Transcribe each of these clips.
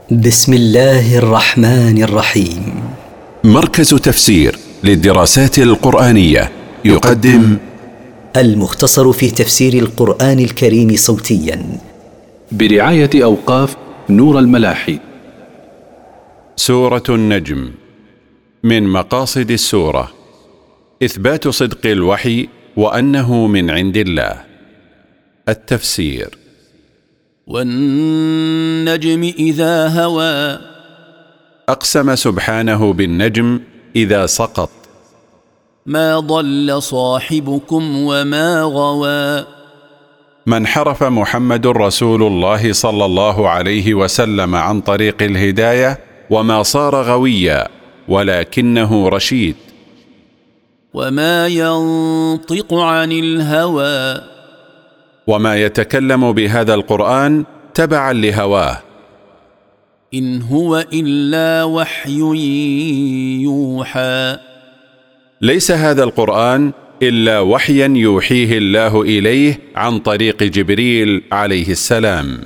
بسم الله الرحمن الرحيم. مركز تفسير للدراسات القرآنية يقدم المختصر في تفسير القرآن الكريم صوتيا برعاية أوقاف نور الملاحي. سورة النجم. من مقاصد السورة إثبات صدق الوحي وأنه من عند الله. التفسير: والنجم إذا هوى. أقسم سبحانه بالنجم إذا سقط. ما ضل صاحبكم وما غوى. ما انحرف محمد رسول الله صلى الله عليه وسلم عن طريق الهداية وما صار غويا، ولكنه رشيد. وما ينطق عن الهوى. وما يتكلم بهذا القرآن تبعا لهواه. إن هو إلا وحي يوحى. ليس هذا القرآن إلا وحيا يوحيه الله إليه عن طريق جبريل عليه السلام.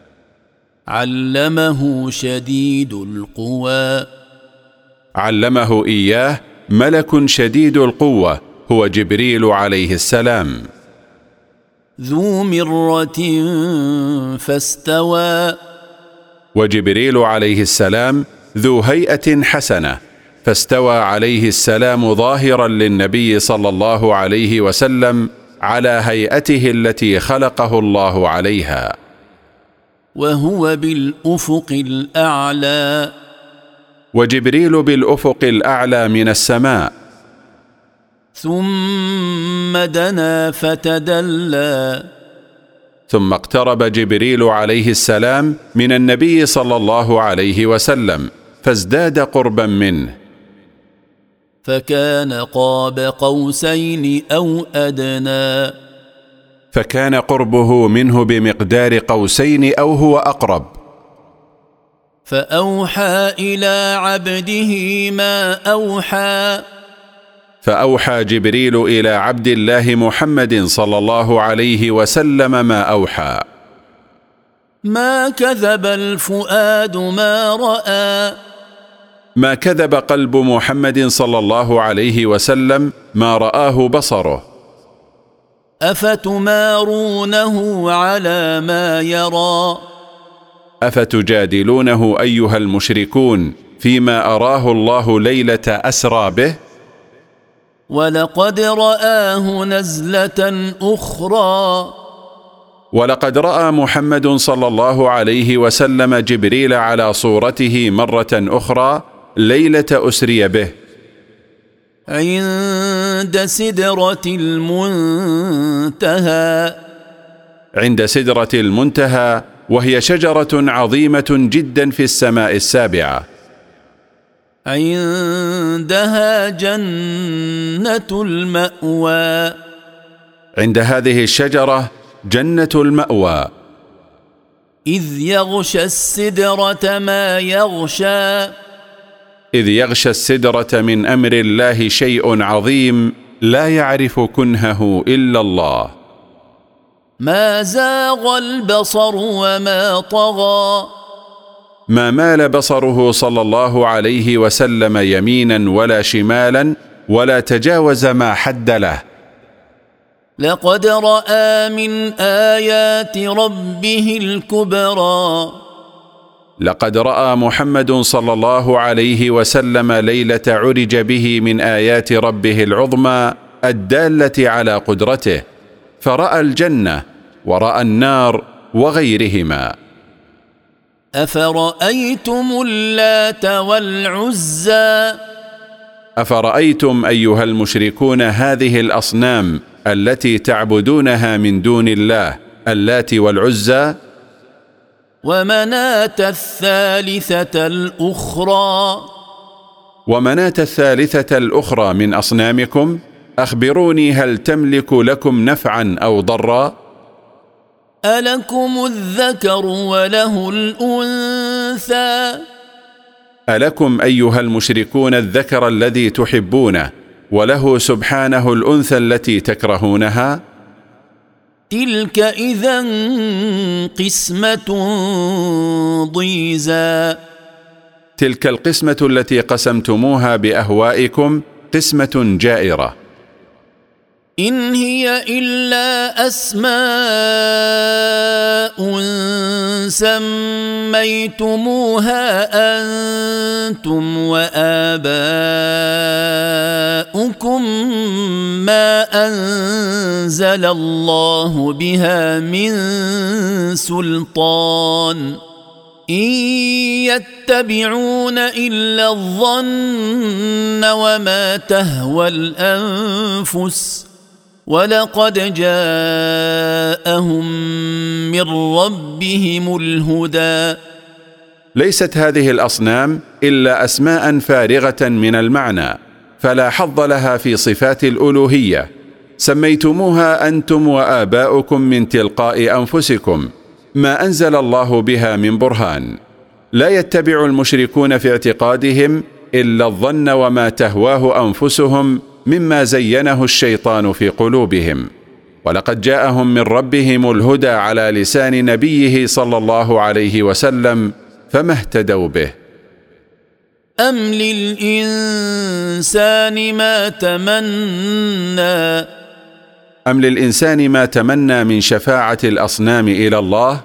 علمه شديد القوى. علمه إياه ملك شديد القوة هو جبريل عليه السلام. ذو مرة فاستوى. وجبريل عليه السلام ذو هيئة حسنة، فاستوى عليه السلام ظاهرا للنبي صلى الله عليه وسلم على هيئته التي خلقه الله عليها. وهو بالأفق الأعلى. وجبريل بالأفق الأعلى من السماء. ثم دنا فتدلى. ثم اقترب جبريل عليه السلام من النبي صلى الله عليه وسلم فازداد قربا منه. فكان قاب قوسين أو أدنى. فكان قربه منه بمقدار قوسين أو هو أقرب. فأوحى إلى عبده ما أوحى. فأوحى جبريل إلى عبد الله محمد صلى الله عليه وسلم ما أوحى. ما كذب الفؤاد ما رأى. ما كذب قلب محمد صلى الله عليه وسلم ما رآه بصره. أفتمارونه على ما يرى. أفتجادلونه أيها المشركون فيما أراه الله ليلة أسرى به. ولقد رآه نزلة أخرى. ولقد رأى محمد صلى الله عليه وسلم جبريل على صورته مرة أخرى ليلة أسري به، عند سدرة المنتهى. عند سدرة المنتهى، وهي شجرة عظيمة جدا في السماء السابعة. عندها جنة المأوى. عند هذه الشجرة جنة المأوى. إذ يغشى السدرة ما يغشى. إذ يغشى السدرة من أمر الله شيء عظيم لا يعرف كنهه إلا الله. ما زاغ البصر وما طغى. ما مال بصره صلى الله عليه وسلم يمينا ولا شمالا، ولا تجاوز ما حد له. لقد رأى من آيات ربه الكبرى. لقد رأى محمد صلى الله عليه وسلم ليلة عرج به من آيات ربه العظمى الدالة على قدرته، فرأى الجنة ورأى النار وغيرهما. أفرأيتم اللات والعزى. أفرأيتم أيها المشركون هذه الأصنام التي تعبدونها من دون الله، اللات والعزى. ومناة الثالثة الأخرى. ومناة الثالثة الأخرى من أصنامكم، أخبروني هل تملك لكم نفعا أو ضرا؟ ألكم الذكر وله الأنثى. ألكم أيها المشركون الذكر الذي تحبونه، وله سبحانه الأنثى التي تكرهونها؟ تلك إذا قسمة ضيزى. تلك القسمة التي قسمتموها بأهوائكم قسمة جائرة. إن هي إلا أسماء سميتموها أنتم وآباؤكم ما أنزل الله بها من سلطان إن يتبعون إلا الظن وما تهوى الأنفس ولقد جاءهم من ربهم الهدى. ليست هذه الأصنام إلا أسماء فارغة من المعنى، فلا حظ لها في صفات الألوهية، سميتموها أنتم وآباؤكم من تلقاء أنفسكم، ما أنزل الله بها من برهان. لا يتبع المشركون في اعتقادهم إلا الظن وما تهواه أنفسهم مما زينه الشيطان في قلوبهم، ولقد جاءهم من ربهم الهدى على لسان نبيه صلى الله عليه وسلم فما اهتدوا به. أم للإنسان ما تمنى. أم للإنسان ما تمنى من شفاعة الأصنام إلى الله؟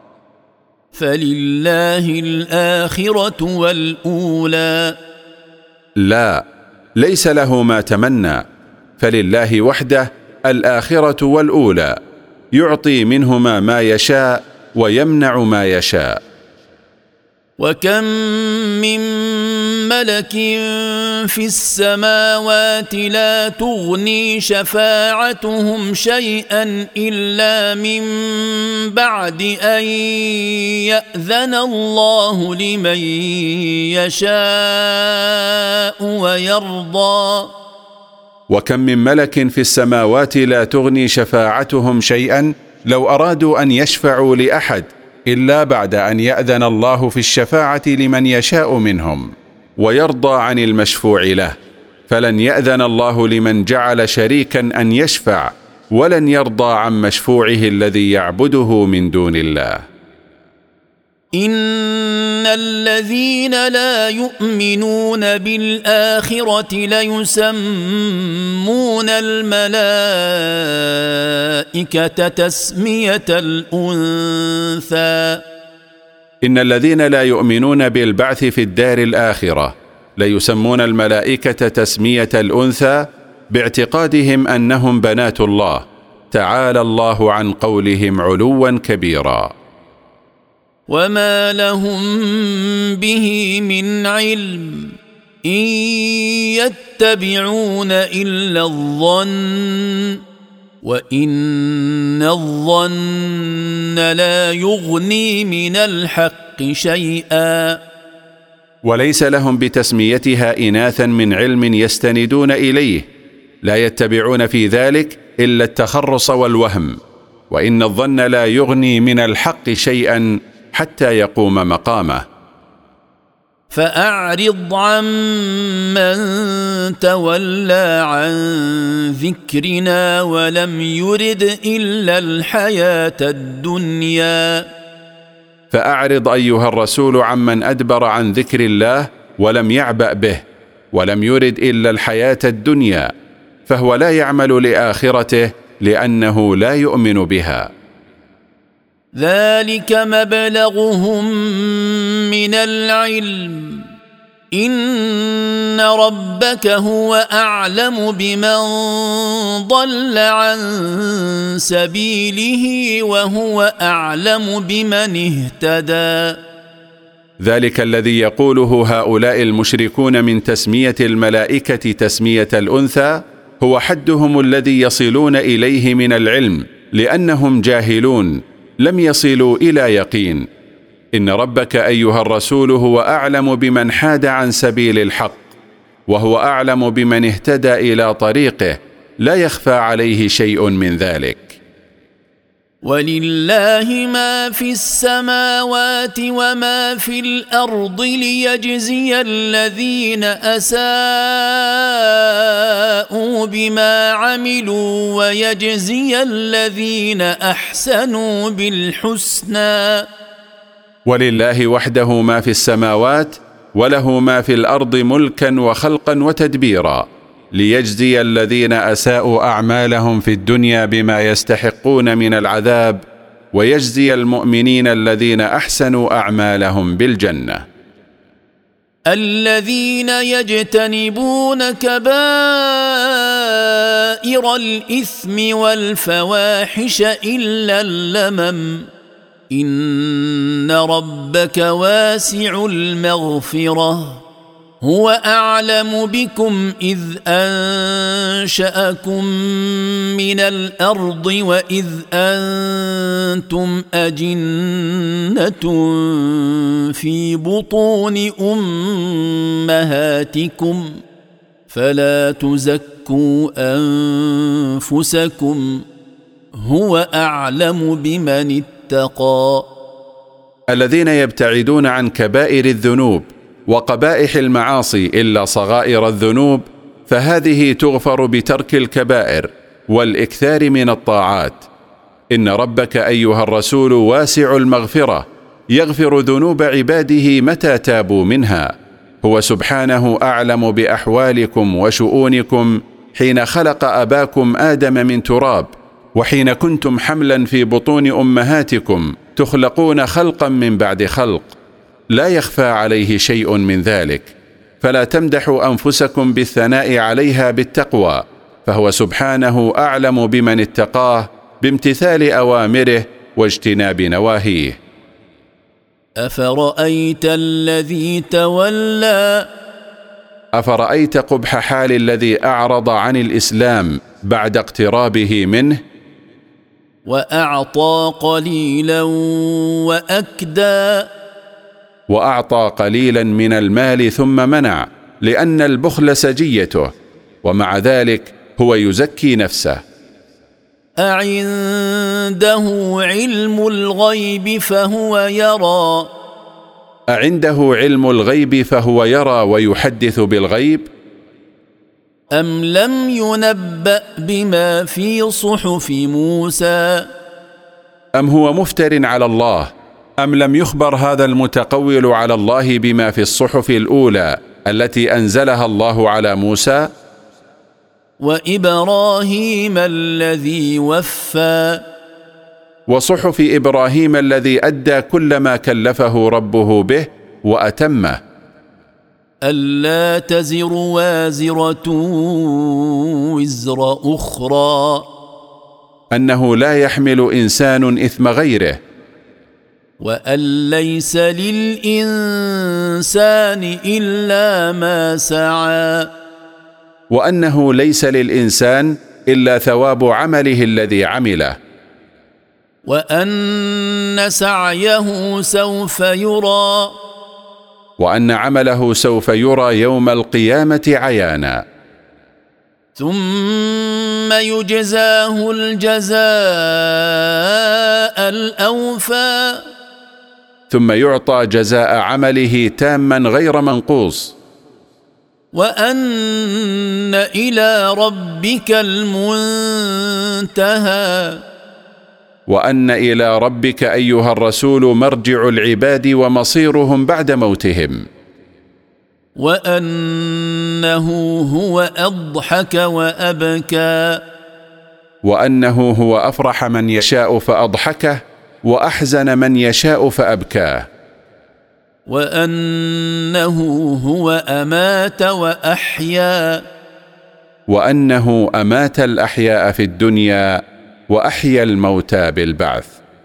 فلله الآخرة والأولى. لا، ليس له ما تمنى، فلله وحده الآخرة والأولى، يعطي منهما ما يشاء ويمنع ما يشاء. وكم من ملك في السماوات لا تغني شفاعتهم شيئا إلا من بعد أن يأذن الله لمن يشاء ويرضى. وكم من ملك في السماوات لا تغني شفاعتهم شيئا لو أرادوا أن يشفعوا لأحد إلا بعد أن يأذن الله في الشفاعة لمن يشاء منهم ويرضى عن المشفوع له، فلن يأذن الله لمن جعل شريكا أن يشفع، ولن يرضى عن مشفوعه الذي يعبده من دون الله. إن الذين لا يؤمنون بالآخرة ليسمون الملائكة تسمية الأنثى. إن الذين لا يؤمنون بالبعث في الدار الآخرة ليسمون الملائكة تسمية الأنثى باعتقادهم أنهم بنات الله، تعالى الله عن قولهم علوا كبيرا. وما لهم به من علم إن يتبعون إلا الظن وإن الظن لا يغني من الحق شيئا. وليس لهم بتسميتها إناثا من علم يستندون إليه، لا يتبعون في ذلك إلا التخرص والوهم، وإن الظن لا يغني من الحق شيئا حتى يقوم مقامه. فأعرض عمن تولى عن ذكرنا ولم يرد إلا الحياة الدنيا. فأعرض أيها الرسول عمن أدبر عن ذكر الله ولم يعبأ به ولم يرد إلا الحياة الدنيا، فهو لا يعمل لآخرته لأنه لا يؤمن بها. ذلك مبلغهم من العلم إن ربك هو أعلم بمن ضل عن سبيله وهو أعلم بمن اهتدى. ذلك الذي يقوله هؤلاء المشركون من تسمية الملائكة تسمية الأنثى هو حدهم الذي يصلون إليه من العلم، لأنهم جاهلون لم يصلوا إلى يقين. إن ربك أيها الرسول هو أعلم بمن حاد عن سبيل الحق، وهو أعلم بمن اهتدى إلى طريقه، لا يخفى عليه شيء من ذلك. ولله ما في السماوات وما في الأرض ليجزي الذين أساءوا بما عملوا ويجزي الذين أحسنوا بالحسنى. ولله وحده ما في السماوات وله ما في الأرض ملكا وخلقا وتدبيرا، ليجزي الذين أساءوا أعمالهم في الدنيا بما يستحقون من العذاب، ويجزي المؤمنين الذين أحسنوا أعمالهم بالجنة. الذين يجتنبون كبائر الإثم والفواحش إلا اللمم إن ربك واسع المغفرة هو أعلم بكم إذ أنشأكم من الأرض وإذ أنتم أجنة في بطون أمهاتكم فلا تزكوا أنفسكم هو أعلم بمن اتقى. الذين يبتعدون عن كبائر الذنوب وقبائح المعاصي إلا صغائر الذنوب، فهذه تغفر بترك الكبائر والإكثار من الطاعات. إن ربك أيها الرسول واسع المغفرة، يغفر ذنوب عباده متى تابوا منها. هو سبحانه أعلم بأحوالكم وشؤونكم حين خلق أباكم آدم من تراب، وحين كنتم حملا في بطون أمهاتكم تخلقون خلقا من بعد خلق، لا يخفى عليه شيء من ذلك. فلا تمدحوا أنفسكم بالثناء عليها بالتقوى، فهو سبحانه أعلم بمن اتقاه بامتثال أوامره واجتناب نواهيه. أفرأيت الذي تولى أفرأيت قبح حال الذي أعرض عن الإسلام بعد اقترابه منه، وأعطى قليلا وأكدى وأعطى قليلا من المال ثم منع، لأن البخل سجيته، ومع ذلك هو يزكي نفسه. أعنده علم الغيب فهو يرى أعنده علم الغيب فهو يرى ويحدث بالغيب، أم لم ينبأ بما في صحف موسى أم هو مفتر على الله، أم لم يخبر هذا المتقول على الله بما في الصحف الأولى التي أنزلها الله على موسى. وإبراهيم الذي وفى وصحف إبراهيم الذي أدى كل ما كلفه ربه به وأتمه. ألا تزر وازرة وزر أخرى، أنه لا يحمل إنسان إثم غيره، وأن ليس للإنسان إلا ما سعى، وأنه ليس للإنسان إلا ثواب عمله الذي عمله، وأن سعيه سوف يرى، وأن عمله سوف يرى يوم القيامة عيانا، ثم يجزاه الجزاء الأوفى، ثم يعطى جزاء عمله تاما غير منقوص، وأن إلى ربك المنتهى، وأن إلى ربك أيها الرسول مرجع العباد ومصيرهم بعد موتهم، وأنه هو أضحك وأبكى، وأنه هو أفرح من يشاء فأضحكه وأحزن من يشاء فأبكاه، وأنه هو أمات وأحيا، وأنه أمات الأحياء في الدنيا وأحيا الموتى بالبعث،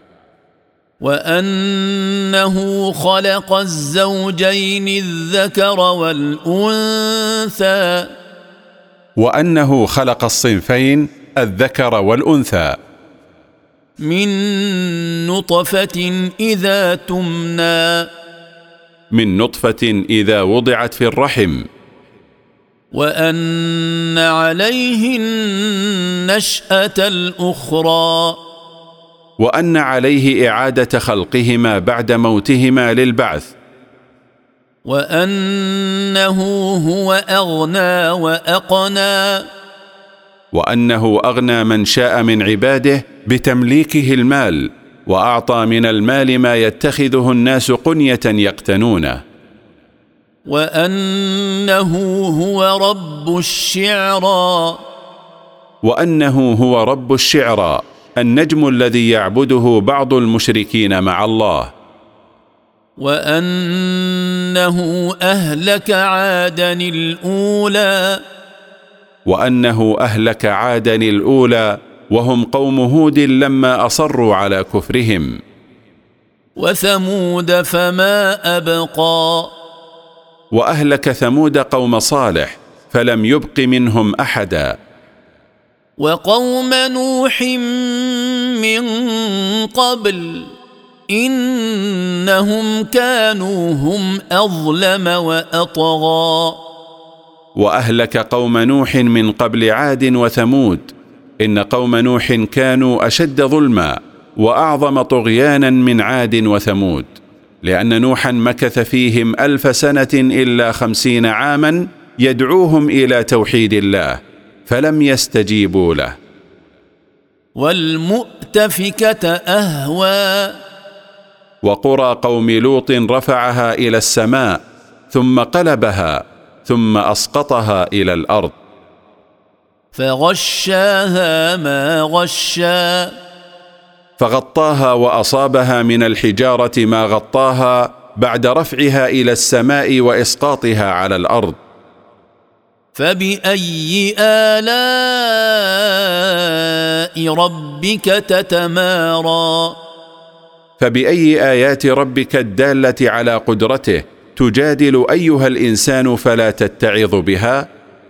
وأنه خلق الزوجين الذكر والأنثى، وأنه خلق الصنفين الذكر والأنثى من نطفة إذا تمنى، من نطفة إذا وضعت في الرحم، وأن عليه النشأة الأخرى، وأن عليه إعادة خلقهما بعد موتهما للبعث، وأنه هو أغنى وأقنى، وأنه أغنى من شاء من عباده بتمليكه المال، وأعطى من المال ما يتخذه الناس قنية يقتنونه، وأنه هو رب الشعرى، وأنه هو رب الشعرى، النجم الذي يعبده بعض المشركين مع الله، وأنه أهلك عادا الأولى، وأنه أهلك عادا الأولى وهم قوم هود لما أصروا على كفرهم، وثمود فما أبقى، وأهلك ثمود قوم صالح فلم يبق منهم أحدا، وقوم نوح من قبل إنهم كانوا هم أظلم وأطغى، وأهلك قوم نوح من قبل عاد وثمود، إن قوم نوح كانوا أشد ظلما وأعظم طغيانا من عاد وثمود، لأن نوحا مكث فيهم 1000 سنة إلا 50 عاما يدعوهم إلى توحيد الله فلم يستجيبوا له. والمؤتفكة أهوى، وقرى قوم لوط رفعها إلى السماء ثم قلبها ثم أسقطها إلى الأرض، فغشاها ما غشا، فغطاها وأصابها من الحجارة ما غطاها بعد رفعها إلى السماء وإسقاطها على الأرض. فبأي آلاء ربك تتمارى، فبأي آيات ربك الدالة على قدرته تجادل أيها الإنسان فلا تتعظ بها؟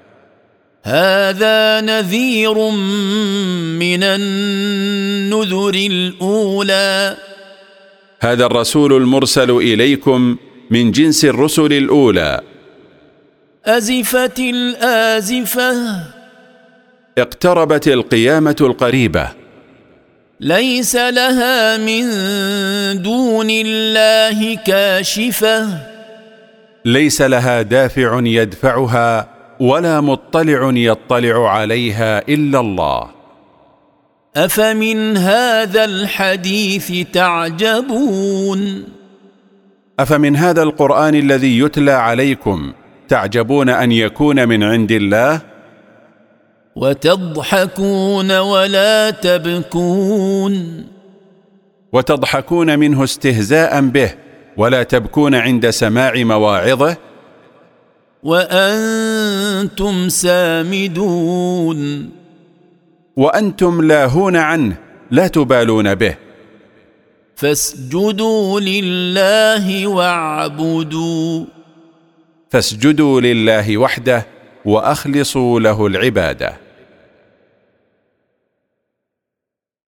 هذا نذير من النذر الأولى، هذا الرسول المرسل إليكم من جنس الرسل الأولى. أزفت الآزفة، اقتربت القيامة القريبة، ليس لها من دون الله كاشفة، ليس لها دافع يدفعها ولا مطلع يطلع عليها إلا الله. أفمن هذا الحديث تعجبون، أفمن هذا القرآن الذي يتلى عليكم تعجبون أن يكون من عند الله؟ وتضحكون ولا تبكون، وتضحكون منه استهزاء به ولا تبكون عند سماع مواعظه، وأنتم سامدون، وأنتم لاهون عنه لا تبالون به. فاسجدوا لله واعبدوا، فاسجدوا لله وحده وأخلصوا له العبادة.